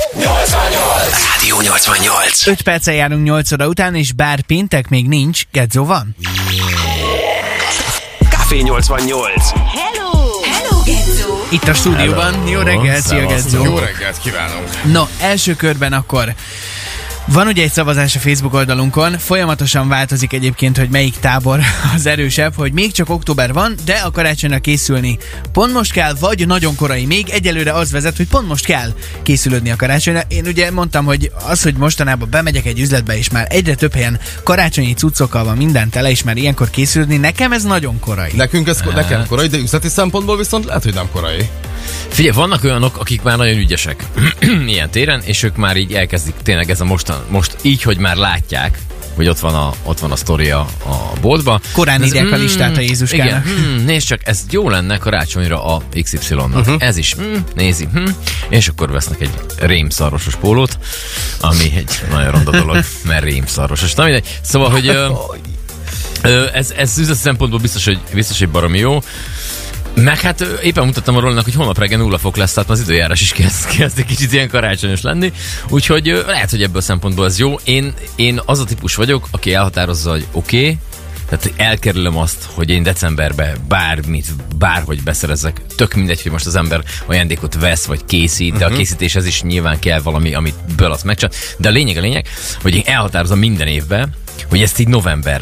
Rádió 88. 5 perccel járunk 8 óra után, és bár péntek még nincs, Gedzó van. Café 88. Hello, Gedzó! Itt a stúdióban. Jó reggelt, szia Gedzó! Jó reggelt kívánunk! No, első körben akkor van ugye egy szavazás a Facebook oldalunkon, folyamatosan változik egyébként, hogy melyik tábor az erősebb, hogy még csak október van, de a karácsonyra készülni pont most kell, vagy nagyon korai még. Egyelőre az vezet, hogy pont most kell készülődni a karácsonyra. Én ugye mondtam, hogy az, hogy mostanában bemegyek egy üzletbe, és már egyre több helyen karácsonyi cuccokkal van minden tele, és már ilyenkor készülődni, nekem ez nagyon korai. Nekem korai, de üzleti szempontból viszont lehet, hogy nem korai. Figyelj, vannak olyanok, akik már nagyon ügyesek ilyen téren, és ők már így elkezdik tényleg ez a most így, hogy már látják, hogy ott van a sztoria a boltba. Korán írják a listát a Jézuskának. Igen, nézd csak, ez jó lenne karácsonyra a XY-nak. Ez is, nézi, és akkor vesznek egy rémszarvasos pólót, ami egy nagyon ronda dolog, mert rémszarvasos. Na mindegy. Szóval, hogy ez üzleti szempontból biztos, hogy baromi jó. Meg hát éppen mutattam a Rollinak, hogy holnap reggel 0 fok lesz, tehát az időjárás is kezd egy kicsit ilyen karácsonyos lenni. Úgyhogy lehet, hogy ebből a szempontból ez jó. Én az a típus vagyok, aki elhatározza, hogy oké, tehát elkerülöm azt, hogy én decemberben bárhogy beszerezzek. Tök mindegy, hogy most az ember ajándékot vesz, vagy készít, de a készítéshez is nyilván kell valami, amitből azt megcsinál. De a lényeg, hogy én elhatározom minden évben, hogy ezt így november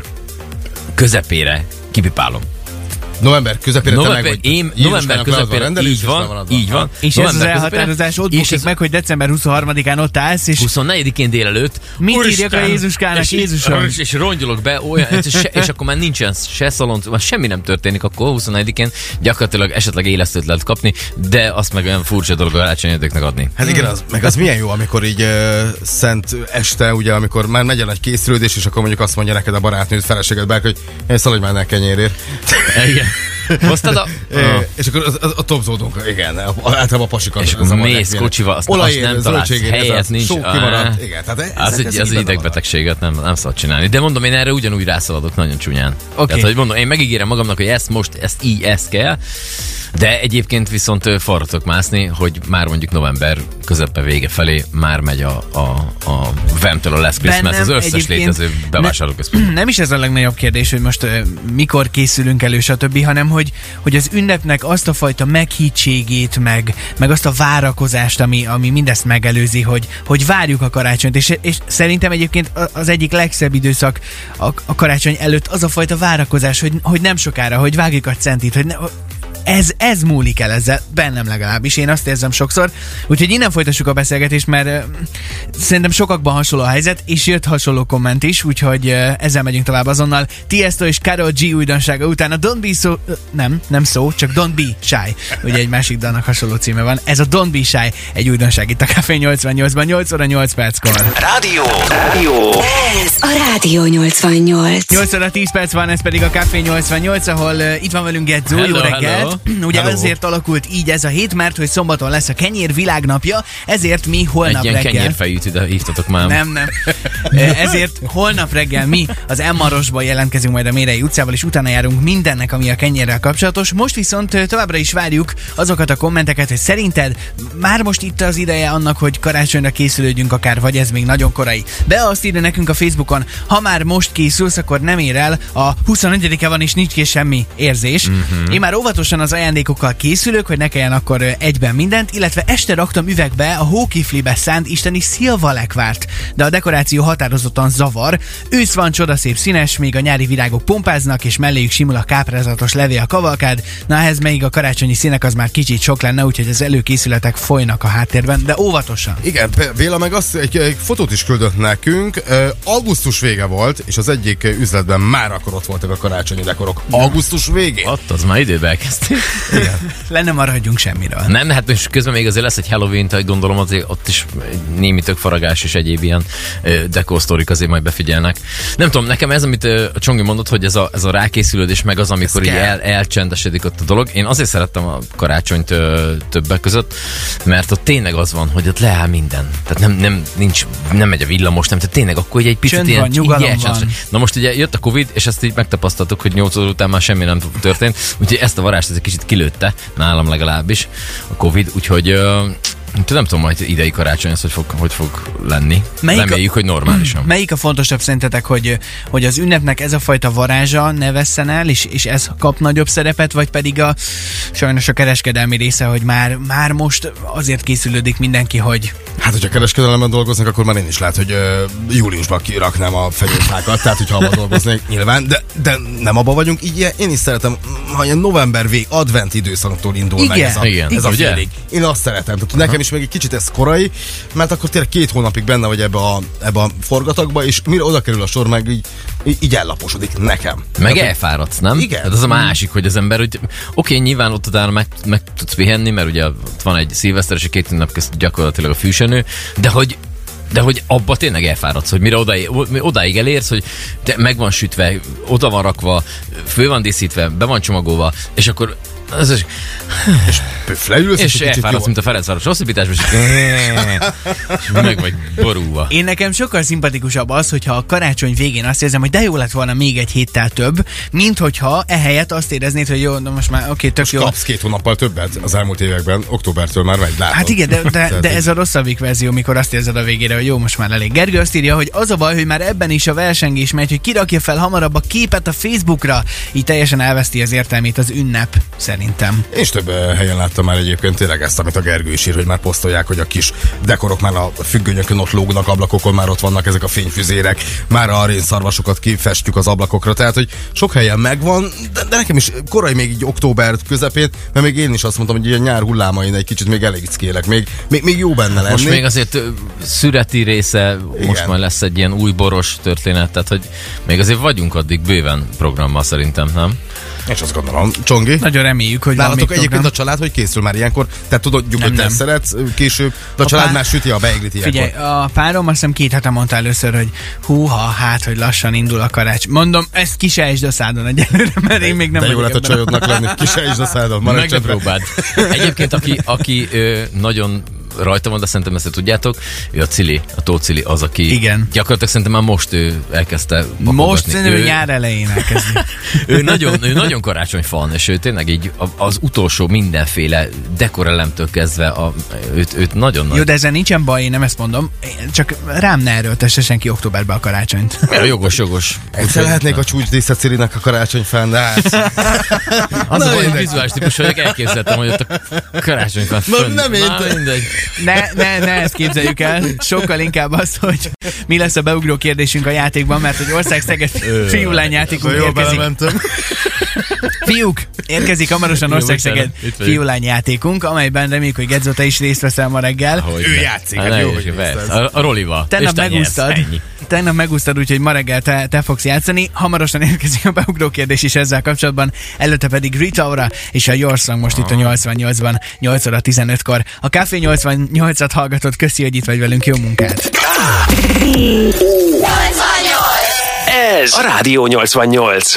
közepére kipipálom. November közepére november közepére így van. És ez az elhatározás ott bukik meg, hogy december 23-án ott állsz, és 24-én délelőtt mit írjak a Jézuskának, Jézusom? És rongyolok be olyan, és akkor már nincsen se szalon, már semmi nem történik, akkor 24-én gyakorlatilag esetleg élesztőt lehet kapni, de azt meg olyan furcsa dolog a karácsonyajándéknek adni. Hát igen, az milyen jó, amikor így szent este, ugye, amikor már megy el egy készülődés, és akkor mondjuk azt mondja neked a barátnőd, feleséged bárki, hogy szaladj már ne kenyérért. Igen. Hoztad és akkor a topzódunk, igen, általában a pasikat. És akkor mész kocsival, azt nem találsz helyet, nincs. Sok kimaradt, igen. Az egy idegbetegséget nem szabad csinálni. De mondom, én erre ugyanúgy rászaladok nagyon csúnyán. Tehát, hogy mondom, én megígérem magamnak, hogy ezt kell, de egyébként viszont farratok mászni, hogy már mondjuk november közepe vége felé már megy a Vemtől a Last Christmas, az összes létező bevásárlóközpont. Nem is ez a legnagyobb kérdés, hogy most mikor készülünk elő, stb., hanem hogy az ünnepnek azt a fajta meghittségét, meg azt a várakozást, ami mindezt megelőzi, hogy várjuk a karácsonyt. És szerintem egyébként az egyik legszebb időszak a karácsony előtt az a fajta várakozás, hogy nem sokára, hogy vágjuk a centit, hogy ez múlik el ezzel, bennem legalábbis, én azt érzem sokszor. Úgyhogy innen folytassuk a beszélgetést, mert szerintem sokakban hasonló a helyzet, és jött hasonló komment is, úgyhogy ezzel megyünk tovább azonnal. Tiesto és Karol G újdonsága után a Don't Be So... Nem szó, csak Don't Be Shy. Ugye egy másik dalnak hasonló címe van. Ez a Don't Be Shy, egy újdonság itt a Café 88-ban, 8 óra 8 perckor. Rádió. Ez a Rádió 88. 8 óra 10 perc van, ez pedig a Café 88, ahol itt van velünk Gedzó, jó reggelt. Ugye azért alakult így ez a hét, mert hogy szombaton lesz a kenyér világnapja, ezért mi holnap reggel... Egy ilyen kenyérfejűt ide hívtatok már. Nem. Ezért holnap reggel mi az M-Marosban jelentkezünk majd a Mérei utcával, és utána járunk mindennek, ami a kenyérrel kapcsolatos. Most viszont továbbra is várjuk azokat a kommenteket, hogy szerinted már most itt az ideje annak, hogy karácsonyra készülődjünk akár, vagy ez még nagyon korai. De azt írja nekünk a Facebookon, ha már most készülsz, akkor nem ér el, a 24-e van és nincs ki semmi érzés. Én már óvatosan az ajándékokkal készülök, hogy ne kelljen akkor egyben mindent, illetve este raktam üvegbe a hókiflibe szánt isteni szilvalekvárt, de a dekoráció határozottan zavar. Ősz van, csodaszép színes, még a nyári virágok pompáznak, és melléjük simul a káprázatos levél kavalkád. Na ehhez még a karácsonyi színek az már kicsit sok lenne, úgyhogy az előkészületek folynak a háttérben, de óvatosan. Igen, Béla meg azt egy fotót is küldött nekünk. Augusztus vége volt, és az egyik üzletben már akkor ott voltak a karácsonyi dekorok. Augusztus végén. Ott az már időben elkezdték. Le nem maradjunk semmiről. Nem, hát most közben még azért lesz egy Halloween, tehát gondolom azért ott is némi tökfaragás és egyéb ilyen dekor-sztorik azért majd befigyelnek. Nem tudom, nekem ez, amit a Csongi mondott, hogy ez a rákészülődés meg az, amikor így elcsendesedik ott a dolog. Én azért szerettem a karácsonyt többek között, mert ott tényleg az van, hogy ott leáll minden. Tehát nem megy a villamos, tehát tényleg akkor egy picit csönd ilyen van, nyugalom van. Na most ugye jött a Covid, és ezt így megtapasztaltuk, hogy 8 óra után már semmi nem történt, úgyhogy ezt a varást egy kicsit kilőtte, nálam legalábbis a Covid, úgyhogy Nem tudom, majd idei karácsony ez hogy fog lenni. Reméljük, hogy normálisan. Melyik a fontosabb szerintetek, hogy az ünnepnek ez a fajta varázsa ne vesszen el, és ez kap nagyobb szerepet, vagy pedig sajnos a kereskedelmi része, hogy már most azért készülődik mindenki, hogy... Hát, hogyha kereskedelemben dolgoznak, akkor már én is lehet, hogy júliusban kiraknám a fenyőfákat, tehát hogyha abban dolgoznék nyilván, de nem abban vagyunk, így én is szeretem, ha ilyen november vég, advent időszaktól indul meg ez a félig. Én azt szeretem, tehát nekem is még egy kicsit ez korai, mert akkor tényleg 2 hónapig benne vagy ebbe a forgatagba, és mire oda kerül a sor, meg így ellaposodik nekem. Meg elfáradsz, nem? Igen. Hát az a másik, hogy az ember, hogy oké, nyilván ott utána meg tudsz pihenni, mert ugye ott van egy szilveszter, és 2 nap közt gyakorlatilag a fűsenő, de hogy abba tényleg elfáradsz, hogy mire odáig elérsz, hogy meg van sütve, oda van rakva, fő van díszítve, be van csomagolva, és akkor és leülsz, és elfáradsz, mint a Ferencváros hosszípításban, és meg vagy borulva. Én nekem sokkal szimpatikusabb az, hogyha a karácsony végén azt érzem, hogy de jó lett volna még egy héttel több, mint hogyha ehelyett azt éreznéd, hogy jó, most már tök jó. Kapsz 2 hónappal többet az elmúlt években, októbertől már megy, látod. Hát igen, de ez a rosszabbik verzió, mikor azt érzed a végére, hogy jó, most már elég. Gergő azt írja, hogy az a baj, hogy már ebben is a versengés megy, hogy kirakja fel hamarabb a képet a Facebookra, így teljesen elveszti az értelmét az ünnep, szerintem. És több helyen láttam már egyébként tényleg ezt, amit a Gergő is ír, hogy már posztolják, hogy a kis dekorok már a függönyökön ott lógnak, ablakokon már ott vannak ezek a fényfüzérek, már a rénszarvasokat kifestjük az ablakokra, tehát hogy sok helyen megvan, de nekem is korai még így október közepén, mert még én is azt mondtam, hogy ilyen nyár hullámain egy kicsit még elégckélek, még jó benne lenni. Most még azért szüreti része, igen. Most már lesz egy ilyen új boros történet, tehát hogy még azért vagyunk addig bőven programmal szerintem, nem? És azt gondolom. Csongi? Nagyon reméljük, hogy nálatok egyébként a család, hogy készül már ilyenkor? Tehát tudjuk, hogy te szeretsz később, de a család már süti a beiglit ilyenkor. Figyelj, a párom azt hiszem 2 hete mondta először, hogy hát, hogy lassan indul a karácsony. Mondom, ezt ki se ejtsd a szádon egyelőre, mert én még nem de jó lett a csajodnak lenni, ki se ejtsd a szádon. Meg ne próbáld. Egyébként, aki nagyon rajta van, de szerintem ezt tudjátok, ő a Cili, a Tóth Cili az, aki gyakorlatilag szerintem már most ő elkezdte pakolgatni. Most szerintem ő nyár elején elkezdi. ő nagyon karácsonyfan, és ő tényleg így az utolsó mindenféle dekorelemtől kezdve őt nagyon nagy. Jó, de ezzel nincsen baj, én nem ezt mondom, csak rám ne erőltesse senki októberbe a karácsonyt. Jogos. Egyszer lehetnék a csúcsdíszet Cilinek a karácsonyfán, de hát... Az a baj, hogy vizuális típus vagyok, elképzeltem, hogy ott a karácsonyfán fönn. Nem mindegy. Ne ezt képzeljük el. Sokkal inkább azt, hogy mi lesz a beugró kérdésünk a játékban, mert hogy Ország-Szeged fiú-lány játékunk érkezik. Fiúk, érkezik hamarosan Ország-Szeged fiú-lány játékunk, amelyben reméljük, hogy Gedzo, te is részt veszel ma reggel. Ő játszik, hát jó, hogy a Rolival. Tegnap megúsztad, úgyhogy ma reggel te fogsz játszani. Hamarosan érkezik a beugró kérdés is ezzel kapcsolatban. Előtte pedig Rita Ora és a Your Song most itt a 88-ban 8 óra 15-kor. A Café 88-at hallgatod, köszi, hogy itt vagy velünk, jó munkát! 88! Ez a Rádió 88.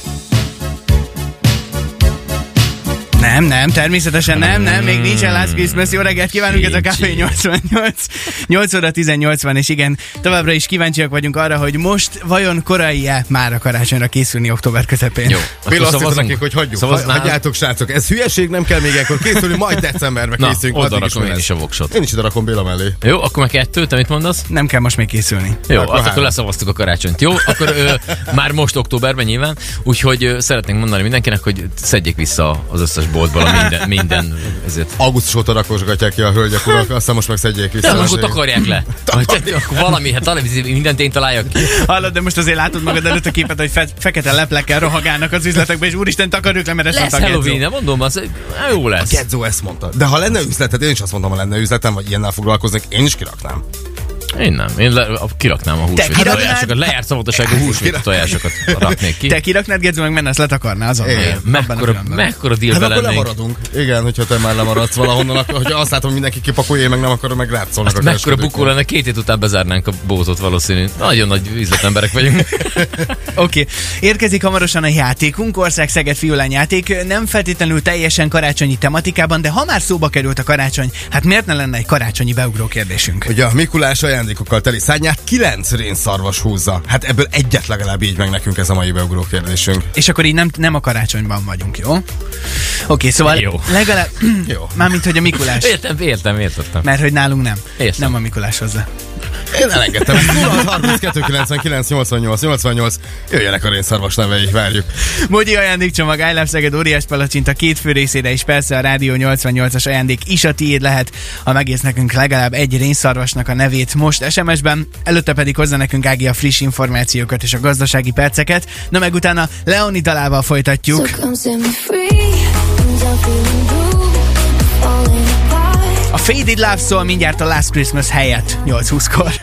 Nem, természetesen nem, még nincsen Last Christmas. Jó reggelt kívánunk, ez a Café 88. 8 óra 18 van, és igen, továbbra is kíváncsiak vagyunk arra, hogy most vajon korai-e már a karácsonyra készülni október közepén. Jó. Béla azt hiszem nekik, hogy hagyjátok, srácok. Ez hülyeség, nem kell még ekkor készülni, majd decemberben készülünk. Oda rakom én is a voksot. Én is ide rakom Béla mellé. Jó, akkor meg 2, te mit mondasz? Nem kell most még készülni. Jó, akkor leszavaztuk a karácsonyt. Jó, akkor már most októberben nyilván, úgyhogy szeretnénk mondani mindenkinek, hogy szedjék vissza az összes boltból a minden ezért. Augusztus óta rakosgatják ki a hölgyek, urak, aztán most meg szedjék vissza. De akkor takarják le. Akkor valami, mindent én találjak ki. Hallod, de most azért látod magad előtt a képet, hogy fekete leplekkel rohagálnak az üzletekbe, és úristen, takarjuk le, mert ezt mondta a Gedzo. Halloween, mondom, az jó lesz. A Gedzo ezt mondta. De ha lenne üzleted, én is azt mondtam, ha lenne üzletem, vagy ilyennel foglalkoznék, én is kiraknám. Én nem. Én kiraknám a húsvéti tojásokat. Lejárt szabadosságú húsvéti tojásokat raknék ki. Te kiraknád, Gedzo, meg menne, ezt letakarná azon. Mekkora dealbe lennénk. Akkor lemaradunk. Igen, hogyha te már lemaradsz valahonnan, hogyha azt látom, hogy mindenki kipakolja, én meg nem akarom, meg rátszolnak a mekkora bukó lenne, 2 hét után bezárnánk a bózot valószínű. Nagyon nagy üzletemberek vagyunk. Oké. Érkezik hamarosan a játékunk, Ország-Szeged fiú-lány játék. Nem feltétlenül teljesen karácsonyi tematikában, de ha már szóba került a karácsony, hát miért ne lenne egy karácsonyi beugró kérdésünk? Ugye a Mikulás ajándékokkal teli szárnyát 9 rénszarvas húzza. Hát ebből egyet legalább így meg nekünk ez a mai beugró kérdésünk. És akkor így nem a karácsonyban vagyunk, jó? Oké, szóval Jó. legalább... Jó. Mármint, hogy a Mikulás. Értettem. Mert hogy nálunk nem. Értem. Nem a Mikulás hozzá. Én elengedtem. 32 99 88 88. Jöjjenek a rénszarvas nevei, várjuk. Mogyi ajándékcsomag, I Love Szeged, óriás palacsinta 2 fő részére, és persze a Rádió 88-as ajándék is a tiéd lehet, ha megész nekünk legalább egy rénszarvasnak a nevét most SMS-ben, előtte pedig hozzá nekünk Ági a friss információkat és a gazdasági perceket, na meg utána Leoni dalával folytatjuk. A Faded Love szól mindjárt a Last Christmas helyett 8:20-kor.